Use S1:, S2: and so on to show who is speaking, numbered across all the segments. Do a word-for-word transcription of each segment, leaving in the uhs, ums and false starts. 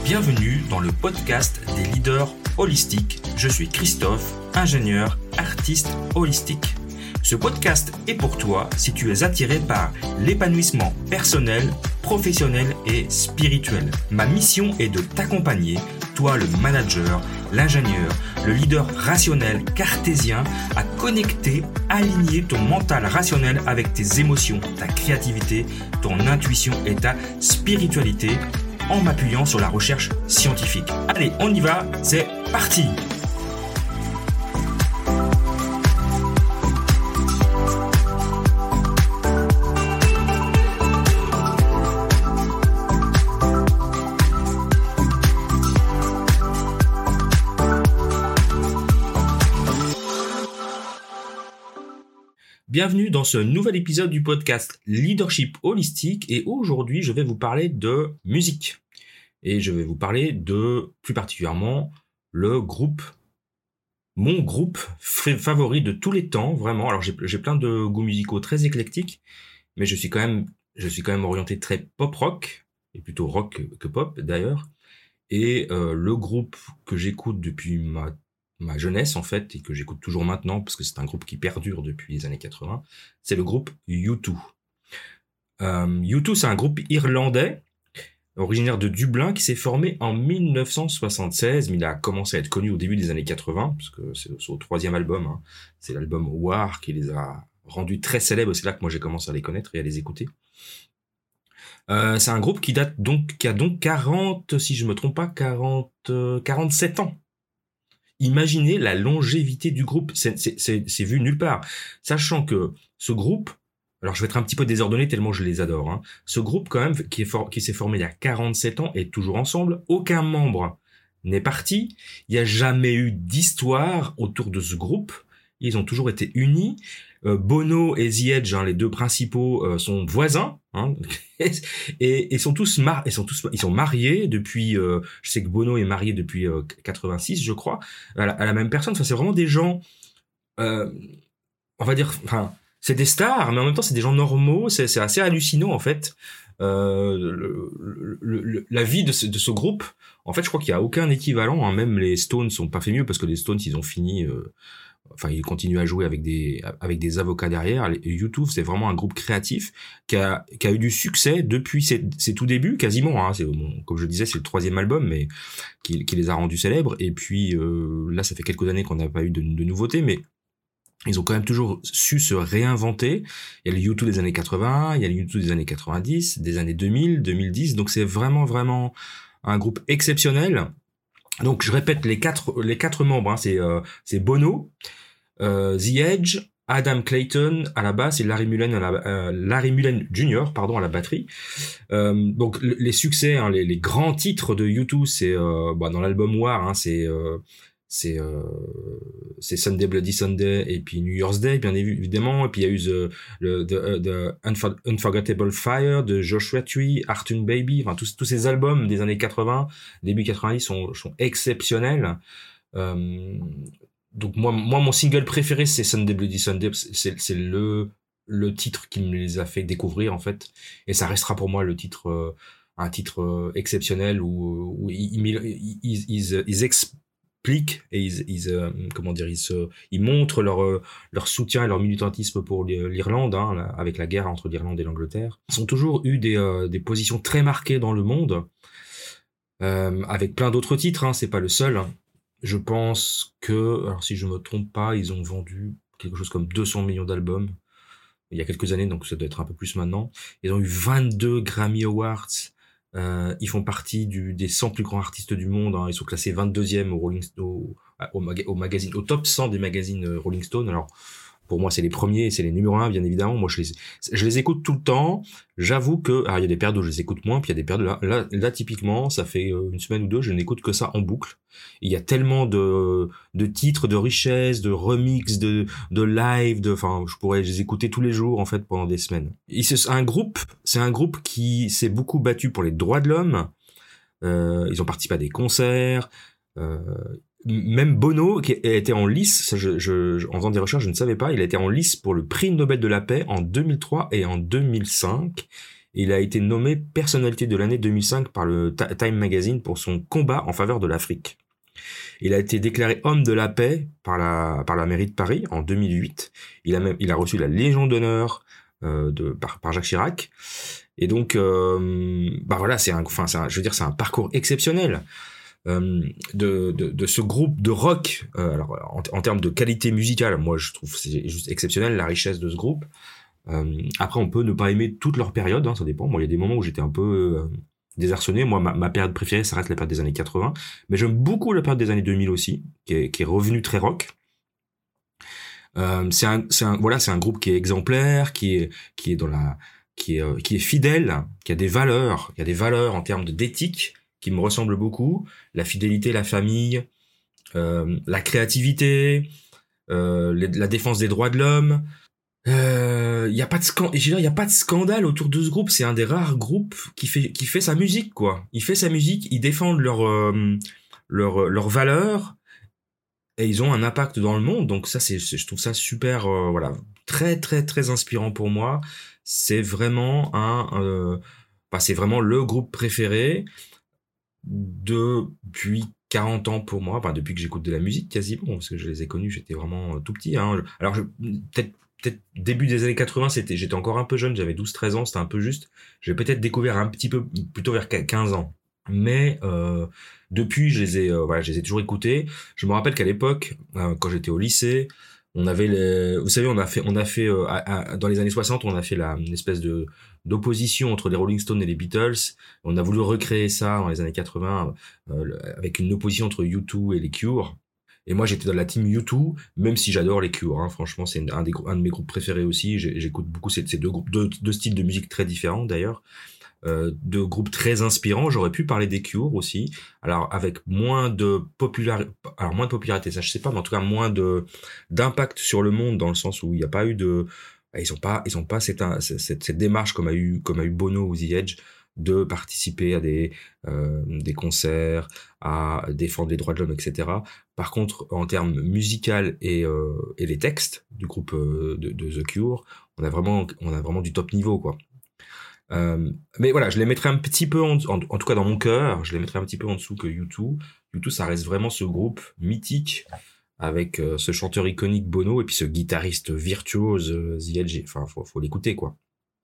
S1: Bienvenue dans le podcast des leaders holistiques. Je suis Christophe, ingénieur, artiste holistique. Ce podcast est pour toi si tu es attiré par l'épanouissement personnel, professionnel et spirituel. Ma mission est de t'accompagner, toi le manager, l'ingénieur, le leader rationnel cartésien, à connecter, aligner ton mental rationnel avec tes émotions, ta créativité, ton intuition et ta spiritualité en m'appuyant sur la recherche scientifique. Allez, on y va, c'est parti! Bienvenue dans ce nouvel épisode du podcast Leadership Holistique et aujourd'hui je vais vous parler de musique et je vais vous parler de plus particulièrement le groupe, mon groupe favori de tous les temps vraiment. Alors j'ai, j'ai plein de goûts musicaux très éclectiques mais je suis quand même, je suis quand même orienté très pop rock et plutôt rock que, que pop d'ailleurs et euh, le groupe que j'écoute depuis ma ma jeunesse en fait et que j'écoute toujours maintenant parce que c'est un groupe qui perdure depuis les années quatre-vingts, c'est le groupe U deux. Euh, U deux c'est un groupe irlandais originaire de Dublin qui s'est formé en dix-neuf cent soixante-seize, mais il a commencé à être connu au début des années quatre-vingts parce que c'est, c'est au troisième album, hein. C'est l'album War qui les a rendus très célèbres, c'est là que moi j'ai commencé à les connaître et à les écouter. Euh, c'est un groupe qui date donc qui a donc quarante, si je me trompe pas, quarante, quarante-sept ans. Imaginez la longévité du groupe, c'est, c'est, c'est, c'est vu nulle part. Sachant que ce groupe, alors je vais être un petit peu désordonné tellement je les adore, hein. Ce groupe quand même qui, est for, qui s'est formé il y a quarante-sept ans est toujours ensemble, aucun membre n'est parti, il n'y a jamais eu d'histoire autour de ce groupe, ils ont toujours été unis. Euh, Bono et The Edge, hein, les deux principaux, euh, sont voisins, hein, et ils sont tous mar- ils sont tous ils sont mariés depuis. Euh, je sais que Bono est marié depuis euh, quatre-vingt-six, je crois, à la, à la même personne. Enfin, c'est vraiment des gens, euh, on va dire, enfin, c'est des stars, mais en même temps, c'est des gens normaux. C'est, c'est assez hallucinant en fait. Euh, le, le, le, la vie de ce, de ce groupe, en fait, je crois qu'il y a aucun équivalent. Hein, même les Stones sont pas fait mieux parce que les Stones, ils ont fini. Euh, Enfin, il continue à jouer avec des avec des avocats derrière. U deux, c'est vraiment un groupe créatif qui a qui a eu du succès depuis ses, ses tout débuts, quasiment. Hein. C'est bon, comme je disais, c'est le troisième album, mais qui, qui les a rendus célèbres. Et puis euh, là, ça fait quelques années qu'on n'a pas eu de, de nouveautés, mais ils ont quand même toujours su se réinventer. Il y a le U deux des années quatre-vingts, il y a le U deux des années quatre-vingt-dix, des années deux mille, deux mille dix. Donc c'est vraiment vraiment un groupe exceptionnel. Donc je répète les quatre les quatre membres, hein, c'est euh, c'est Bono, euh, The Edge, Adam Clayton à la basse et Larry Mullen à la euh, Larry Mullen Junior pardon à la batterie. Euh, donc le, les succès, hein, les, les grands titres de U deux, c'est euh, bah, dans l'album War, hein, c'est euh, c'est euh, c'est Sunday Bloody Sunday et puis New Year's Day bien évidemment, et puis il y a eu the, le the, the Unfor- Unforgettable Fire de Joshua Tree, Artune Baby, enfin tous tous ces albums des années quatre-vingts, début quatre-vingt-dix sont sont exceptionnels. Euh, donc moi moi mon single préféré c'est Sunday Bloody Sunday, c'est c'est le le titre qui me les a fait découvrir en fait, et ça restera pour moi le titre euh, un titre euh, exceptionnel où où ils ils ils, ils, ils exp- et ils, ils euh, comment dire ils se ils montrent leur euh, leur soutien et leur militantisme pour l'Irlande, hein, là, avec la guerre entre l'Irlande et l'Angleterre. Ils ont toujours eu des euh, des positions très marquées dans le monde, euh, avec plein d'autres titres, hein, c'est pas le seul. Je pense que, alors si je me trompe pas, ils ont vendu quelque chose comme deux cents millions d'albums il y a quelques années, donc ça doit être un peu plus maintenant. Ils ont eu vingt-deux Grammy Awards. Euh, ils font partie du, des cent plus grands artistes du monde, hein. Ils sont classés vingt-deuxième au Rolling au, au, maga, au magazine, au top cent des magazines Rolling Stone. Alors, pour moi, c'est les premiers, c'est les numéros un, bien évidemment. Moi, je les, je les écoute tout le temps. J'avoue que, alors, il y a des périodes où je les écoute moins, puis il y a des périodes là, là, là, typiquement, ça fait une semaine ou deux, je n'écoute que ça en boucle. Et il y a tellement de, de titres, de richesses, de remix, de, de live, de, enfin, je pourrais les écouter tous les jours, en fait, pendant des semaines. Et c'est un groupe, c'est un groupe qui s'est beaucoup battu pour les droits de l'homme. Euh, ils ont participé à des concerts, euh, même Bono, qui a été en lice, ça, je, je, en faisant des recherches, je ne savais pas, il a été en lice pour le prix Nobel de la paix en deux mille trois et en deux mille cinq. Il a été nommé personnalité de l'année deux mille cinq par le Time Magazine pour son combat en faveur de l'Afrique. Il a été déclaré homme de la paix par la, par la mairie de Paris en deux mille huit. Il a même, il a reçu la Légion d'honneur euh, de, par, par Jacques Chirac. Et donc, euh, bah voilà, c'est un, enfin, c'est un, je veux dire, c'est un parcours exceptionnel euh, de, de, de ce groupe de rock. Euh, alors, en, en termes de qualité musicale, moi, je trouve que c'est juste exceptionnel la richesse de ce groupe. Euh, après, on peut ne pas aimer toute leur période, hein, ça dépend. Moi, il y a des moments où j'étais un peu euh, désarçonné. Moi, ma, ma période préférée, ça reste la période des années quatre-vingts. Mais j'aime beaucoup la période des années deux mille aussi, qui est, qui est revenue très rock. Euh, c'est un, c'est un, voilà, c'est un groupe qui est exemplaire, qui est, qui est dans la, qui est, euh, qui est fidèle, qui a des valeurs, qui a des valeurs en termes de d'éthique qui me ressemblent beaucoup. La fidélité, la famille, euh, la créativité, euh, les, la défense des droits de l'homme. Il euh, y a pas de scandale, il y a pas de scandale autour de ce groupe. C'est un des rares groupes qui fait qui fait sa musique, quoi. Il fait sa musique, ils défendent leur euh, leur leurs valeurs et ils ont un impact dans le monde. Donc ça, c'est, c'est je trouve ça super, euh, voilà, très très très inspirant pour moi. C'est vraiment un, euh, bah, c'est vraiment le groupe préféré depuis quarante ans pour moi. Enfin, depuis que j'écoute de la musique quasiment, parce que je les ai connus, j'étais vraiment tout petit. Hein. Alors je, peut-être peut-être début des années quatre-vingts, c'était, j'étais encore un peu jeune, j'avais douze treize ans, c'était un peu juste. J'ai peut-être découvert un petit peu, plutôt vers quinze ans. Mais euh, depuis, je les ai, euh, voilà, je les ai toujours écoutés. Je me rappelle qu'à l'époque, euh, quand j'étais au lycée, on avait, les, vous savez, on a fait, on a fait euh, à, à, dans les années soixante, on a fait la, une espèce de d'opposition entre les Rolling Stones et les Beatles. On a voulu recréer ça dans les années quatre-vingts euh, avec une opposition entre U deux et les Cure. Et moi, j'étais dans la team U deux, même si j'adore les Cure. Hein. Franchement, c'est un, des, un de mes groupes préférés aussi. J'écoute beaucoup ces, ces deux groupes, deux, deux styles de musique très différents d'ailleurs. Euh, de groupes très inspirants. J'aurais pu parler des Cure aussi. Alors avec moins de popularité, alors moins de popularité, ça je sais pas, mais en tout cas moins de d'impact sur le monde dans le sens où il n'y a pas eu de, ils ont pas, ils ont pas cette, cette, cette démarche comme a eu comme a eu Bono ou The Edge de participer à des euh, des concerts, à défendre les droits de l'homme, et cetera. Par contre, en termes musical et euh, et les textes du groupe euh, de, de The Cure, on a vraiment on a vraiment du top niveau, quoi. Euh, mais voilà, je les mettrais un petit peu en, en, en tout cas dans mon cœur, je les mettrais un petit peu en dessous que U deux. U deux, ça reste vraiment ce groupe mythique avec euh, ce chanteur iconique Bono et puis ce guitariste virtuose euh, The Edge. Enfin, faut, faut l'écouter, quoi.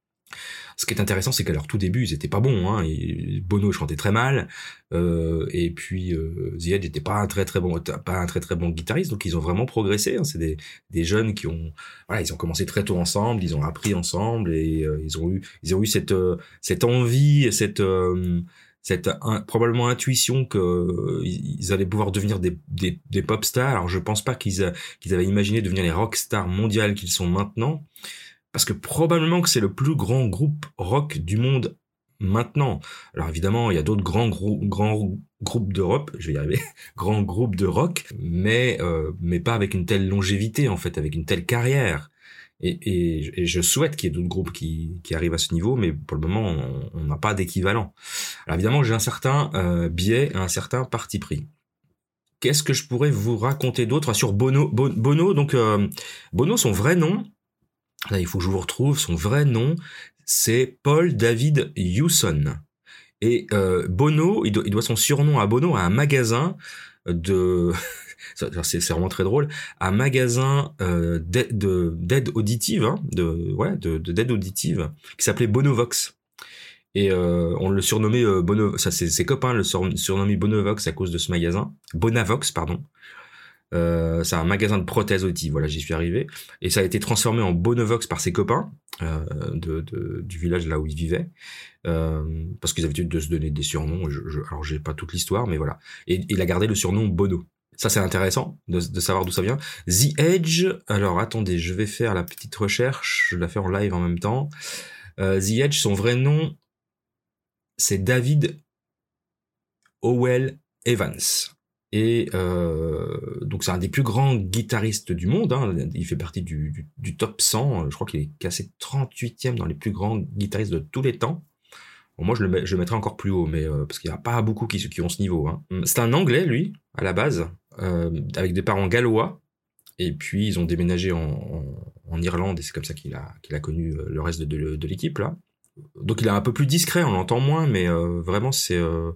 S1: Ce qui est intéressant, c'est qu'à leur tout début, ils étaient pas bons. Hein. Et Bono chantait très mal, euh, et puis euh, The Edge n'était pas un très très bon, pas un très très bon guitariste. Donc ils ont vraiment progressé. Hein. C'est des des jeunes qui ont, voilà, ils ont commencé très tôt ensemble, ils ont appris ensemble et euh, ils ont eu ils ont eu cette euh, cette envie, cette euh, cette un, probablement intuition que euh, ils allaient pouvoir devenir des des des pop stars. Alors je pense pas qu'ils a, qu'ils avaient imaginé devenir les rock stars mondiales qu'ils sont maintenant. Parce que probablement que c'est le plus grand groupe rock du monde maintenant. Alors évidemment, il y a d'autres grands grou- grands groupes d'Europe, je vais y arriver, grands groupes de rock, mais euh, mais pas avec une telle longévité en fait, avec une telle carrière. Et, et, et je souhaite qu'il y ait d'autres groupes qui qui arrivent à ce niveau, mais pour le moment, on n'a pas d'équivalent. Alors évidemment, j'ai un certain euh, biais, un certain parti pris. Qu'est-ce que je pourrais vous raconter d'autre sur Bono? Bono, donc euh, Bono, son vrai nom. Là, il faut que je vous retrouve. Son vrai nom, c'est Paul David Hewson. Et euh, Bono, il doit, il doit son surnom à Bono à un magasin de... c'est, c'est vraiment très drôle. Un magasin euh, d'aide, de, d'aide auditive, hein, de, ouais, de, de, d'aide auditive, qui s'appelait Bonovox. Et euh, on le surnommait euh, Bono... Ça, c'est ses copains le sur, surnommaient Bonovox à cause de ce magasin. Bonavox, pardon. Euh, c'est un magasin de prothèses auditives, voilà, j'y suis arrivé. Et ça a été transformé en Bonovox par ses copains euh, de, de, du village là où ils vivaient, euh, parce qu'ils avaient l'habitude de se donner des surnoms. Je, je, alors j'ai pas toute l'histoire, mais voilà. Et il a gardé le surnom Bono. Ça c'est intéressant de, de savoir d'où ça vient. The Edge. Alors attendez, je vais faire la petite recherche. Je la fais en live en même temps. Euh, The Edge, son vrai nom, c'est David Howell Evans. Et euh, donc c'est un des plus grands guitaristes du monde, hein. Il fait partie du, du, du top cent, je crois qu'il est classé trente-huitième dans les plus grands guitaristes de tous les temps. Bon, moi je le, mets, je le mettrais encore plus haut, mais euh, parce qu'il n'y a pas beaucoup qui, qui ont ce niveau. Hein. C'est un Anglais, lui, à la base, euh, avec des parents gallois, et puis ils ont déménagé en, en, en Irlande, et c'est comme ça qu'il a, qu'il a connu le reste de, de, de l'équipe, là. donc il est un peu plus discret, on l'entend moins, mais euh, vraiment c'est euh,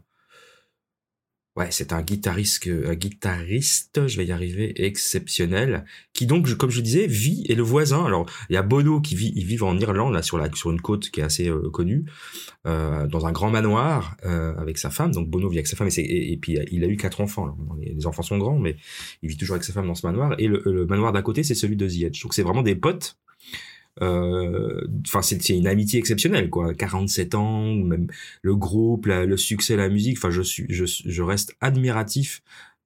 S1: ouais, c'est un guitariste, un guitariste, je vais y arriver, exceptionnel, qui donc, comme je disais, vit et le voisin. Alors, il y a Bono qui vit, ils vivent en Irlande, là, sur la, sur une côte qui est assez euh, connue, euh, dans un grand manoir euh, avec sa femme. Donc Bono vit avec sa femme et, c'est, et, et puis il a eu quatre enfants. Alors, les, les enfants sont grands, mais il vit toujours avec sa femme dans ce manoir. Et le, le manoir d'à côté, c'est celui de The Edge. Donc c'est vraiment des potes. Enfin, euh, c'est, c'est une amitié exceptionnelle, quoi. quarante-sept ans, ou même le groupe, la, le succès, la musique. Enfin, je suis, je, je reste admiratif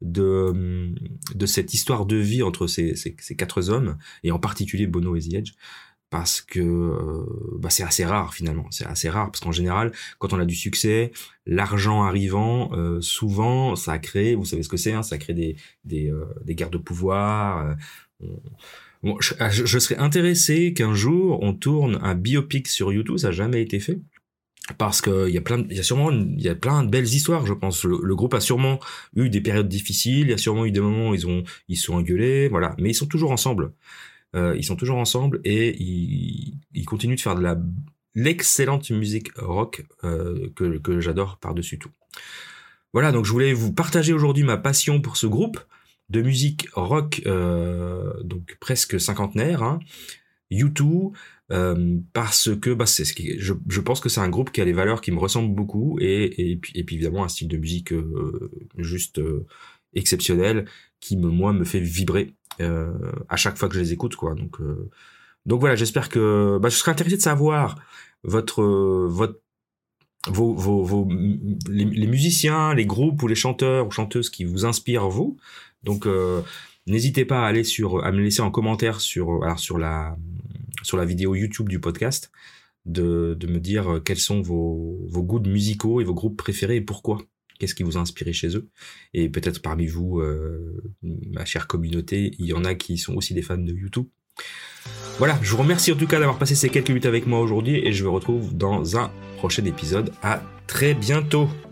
S1: de de cette histoire de vie entre ces, ces, ces quatre hommes, et en particulier Bono et The Edge, parce que euh, bah, c'est assez rare finalement. C'est assez rare parce qu'en général, quand on a du succès, l'argent arrivant, euh, souvent, ça crée, vous savez ce que c'est, hein, ça crée des des, euh, des guerres de pouvoir. Euh, on, Bon, je, je serais intéressé qu'un jour on tourne un biopic sur YouTube, ça n'a jamais été fait, parce que il y a plein, il y a sûrement, il y a plein de belles histoires, je pense. Le, le groupe a sûrement eu des périodes difficiles, il y a sûrement eu des moments où ils ont, ils se sont engueulés, voilà, mais ils sont toujours ensemble. Euh, ils sont toujours ensemble et ils, ils continuent de faire de la l'excellente musique rock euh, que que j'adore par-dessus tout. Voilà, donc je voulais vous partager aujourd'hui ma passion pour ce groupe de musique rock, euh, donc presque cinquantenaire, hein, U deux, euh, parce que bah, c'est ce qui, je, je pense que c'est un groupe qui a des valeurs qui me ressemblent beaucoup, et, et, puis, et puis évidemment un style de musique euh, juste euh, exceptionnel, qui me, moi me fait vibrer euh, à chaque fois que je les écoute, quoi. Donc, euh, donc voilà, j'espère que bah, je serais intéressé de savoir votre, votre Vos, vos, vos, les, les musiciens, les groupes ou les chanteurs ou chanteuses qui vous inspirent, vous. Donc, euh, n'hésitez pas à aller sur, à me laisser en commentaire sur, alors sur la, sur la vidéo YouTube du podcast, de, de me dire quels sont vos, vos goûts musicaux et vos groupes préférés et pourquoi. Qu'est-ce qui vous a inspiré chez eux. Et peut-être parmi vous, euh, ma chère communauté, il y en a qui sont aussi des fans de YouTube. Voilà, je vous remercie en tout cas d'avoir passé ces quelques minutes avec moi aujourd'hui, et je vous retrouve dans un prochain épisode. À très bientôt.